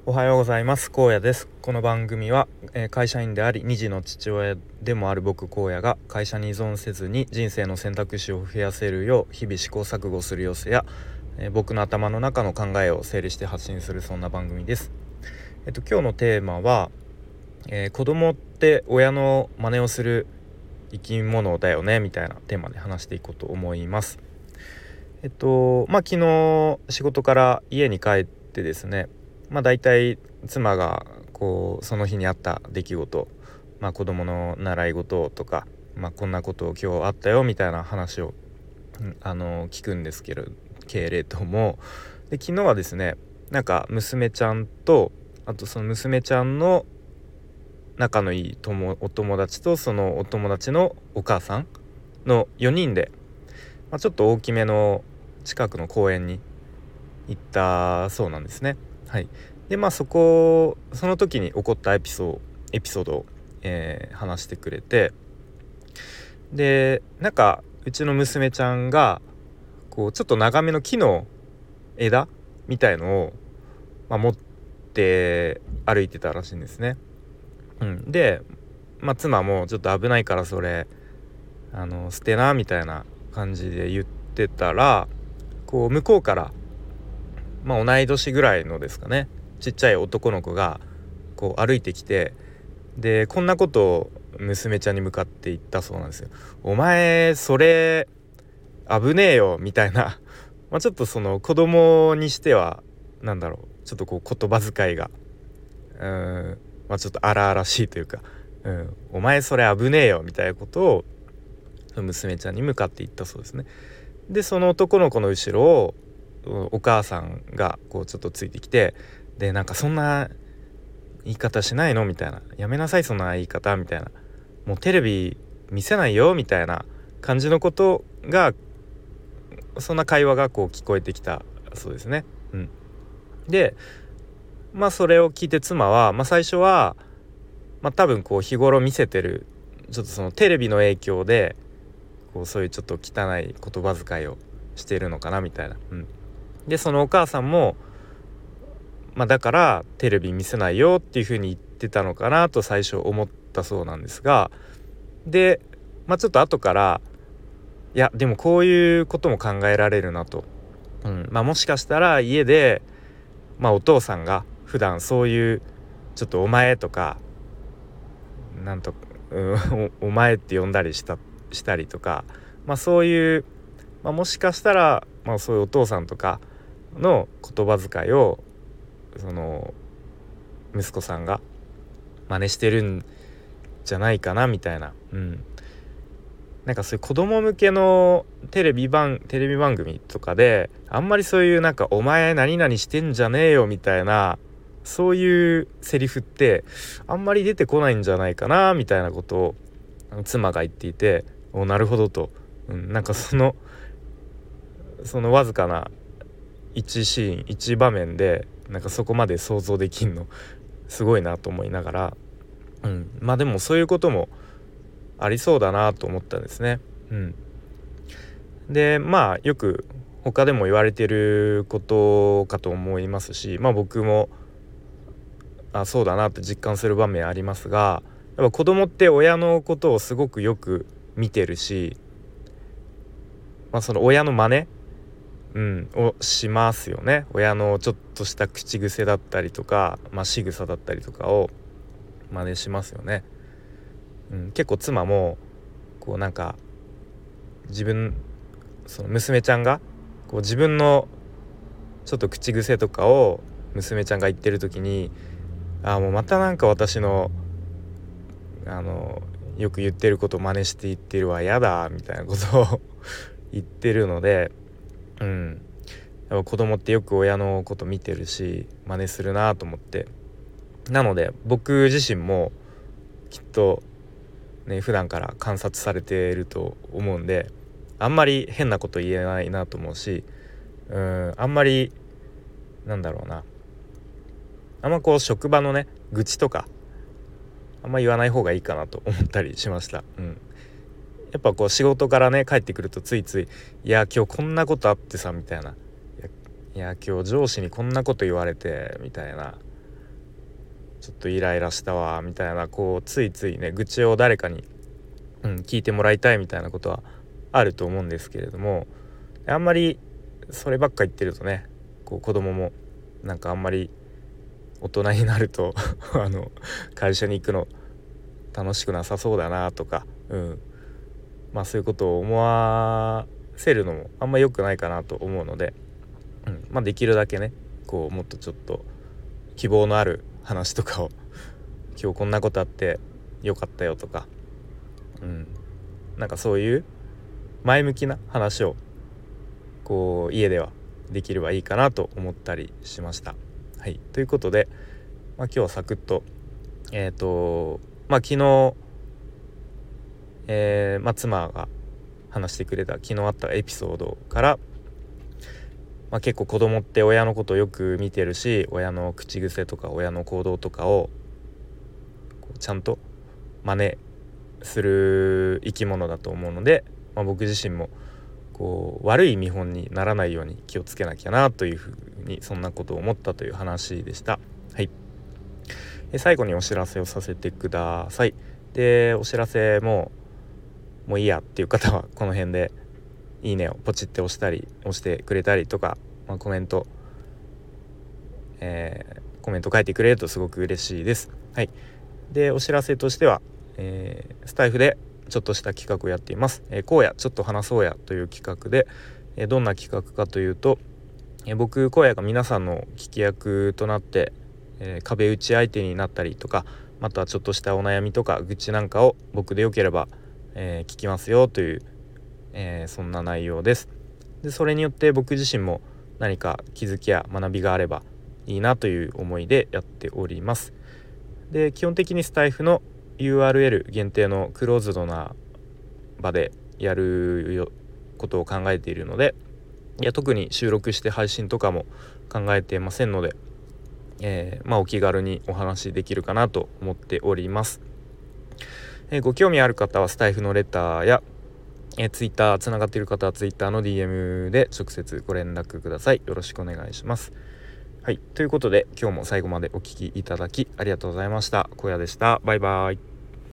おはようございます。荒野です。この番組は、会社員であり2児の父親でもある僕荒野が会社に依存せずに人生の選択肢を増やせるよう日々試行錯誤する様子や、僕の頭の中の考えを整理して発信するそんな番組です。今日のテーマは、子供って親の真似をする生き物だよねみたいなテーマで話していこうと思います。昨日仕事から家に帰ってですね、だいたい妻がその日にあった出来事、子供の習い事とか、こんなことを今日あったよみたいな話を、聞くんですけれども、で昨日はですね、娘ちゃんと、あとその娘ちゃんの仲のいいお友達とそのお友達のお母さんの4人で、ちょっと大きめの近くの公園に行ったそうなんですね。はい。でその時に起こったエピソードを、話してくれて、でうちの娘ちゃんがちょっと長めの木の枝みたいのを、持って歩いてたらしいんですね。で、妻もちょっと危ないからそれ捨てなみたいな感じで言ってたら、向こうから同い年ぐらいのですかね、ちっちゃい男の子が歩いてきて、でこんなことを娘ちゃんに向かって言ったそうなんですよ。お前それ危ねえよみたいなちょっとその子供にしてはちょっと言葉遣いがちょっと荒々しいというか、お前それ危ねえよみたいなことを娘ちゃんに向かって言ったそうですね。でその男の子の後ろをお母さんがちょっとついてきて、でそんな言い方しないのみたいな、やめなさいそんな言い方みたいな、もうテレビ見せないよみたいな感じのことが、そんな会話が聞こえてきたそうですね。でそれを聞いて妻は、最初は、多分日頃見せてるちょっとそのテレビの影響でそういうちょっと汚い言葉遣いをしているのかなみたいな。でそのお母さんも、だからテレビ見せないよっていう風に言ってたのかなと最初思ったそうなんですが、で、ちょっと後からいやでもこういうことも考えられるなと、もしかしたら家で、お父さんが普段そういうちょっとお前とかなんと、お前って呼んだりしたりとか、そういう、もしかしたら、そういうお父さんとかの言葉遣いをその息子さんが真似してるんじゃないかなみたいな、そういう子供向けのテレビ番組とかであんまりそういうお前何々してんじゃねえよみたいな、そういうセリフってあんまり出てこないんじゃないかなみたいなことを妻が言っていて、なるほどと、そのわずかな一シーン一場面でそこまで想像できんのすごいなと思いながら、でもそういうこともありそうだなと思ったんですね。でよく他でも言われてることかと思いますし、僕もそうだなって実感する場面ありますが、やっぱ子供って親のことをすごくよく見てるし、その親の真似をしますよね。親のちょっとした口癖だったりとか、仕草だったりとかを真似しますよね。結構妻も自分その娘ちゃんが自分のちょっと口癖とかを娘ちゃんが言ってる時に、もうまた私のよく言ってることを真似して言ってるわ、やだみたいなことを言ってるので、やっぱ子供ってよく親のこと見てるし真似するなと思って、なので僕自身もきっとね普段から観察されていると思うんで、あんまり変なこと言えないなと思うし、あんまりあんま職場のね愚痴とかあんま言わない方がいいかなと思ったりしました。やっぱ仕事からね帰ってくるとついつい、いや今日こんなことあってさみたいな、いや今日上司にこんなこと言われてみたいな、 ちょっとイライラしたわみたいな、こうついついね愚痴を誰かに、聞いてもらいたいみたいなことはあると思うんですけれども、あんまりそればっか言ってるとね、こう子供もなんかあんまり大人になると会社に行くの楽しくなさそうだなとか、そういうことを思わせるのもあんま良くないかなと思うので、できるだけねこうもっとちょっと希望のある話とかを今日こんなことあってよかったよとか、なんかそういう前向きな話をこう家ではできればいいかなと思ったりしました。はい、ということで、今日はサクッと昨日、妻が話してくれた昨日あったエピソードから、結構子供って親のことをよく見てるし、親の口癖とか親の行動とかをちゃんと真似する生き物だと思うので、僕自身もこう悪い見本にならないように気をつけなきゃなというふうに、そんなことを思ったという話でした。はい。最後にお知らせをさせてください。でお知らせもういいやっていう方はこの辺でいいねをポチって押してくれたりとか、コメント書いてくれるとすごく嬉しいです。はい。でお知らせとしては、スタイフでちょっとした企画をやっています。こうやちょっと話そうやという企画で、どんな企画かというと、僕こうやが皆さんの聞き役となって、壁打ち相手になったりとか、またちょっとしたお悩みとか愚痴なんかを僕でよければ、聞きますよという、そんな内容です。でそれによって僕自身も何か気づきや学びがあればいいなという思いでやっております。で基本的にスタイフの URL 限定のクローズドな場でやることを考えているので、特に収録して配信とかも考えていませんので、お気軽にお話できるかなと思っております。ご興味ある方はスタイフのレターや、ツイッターつながっている方はツイッターの DM で直接ご連絡ください。よろしくお願いします。はい、ということで今日も最後までお聞きいただきありがとうございました。小屋でした。バイバイ。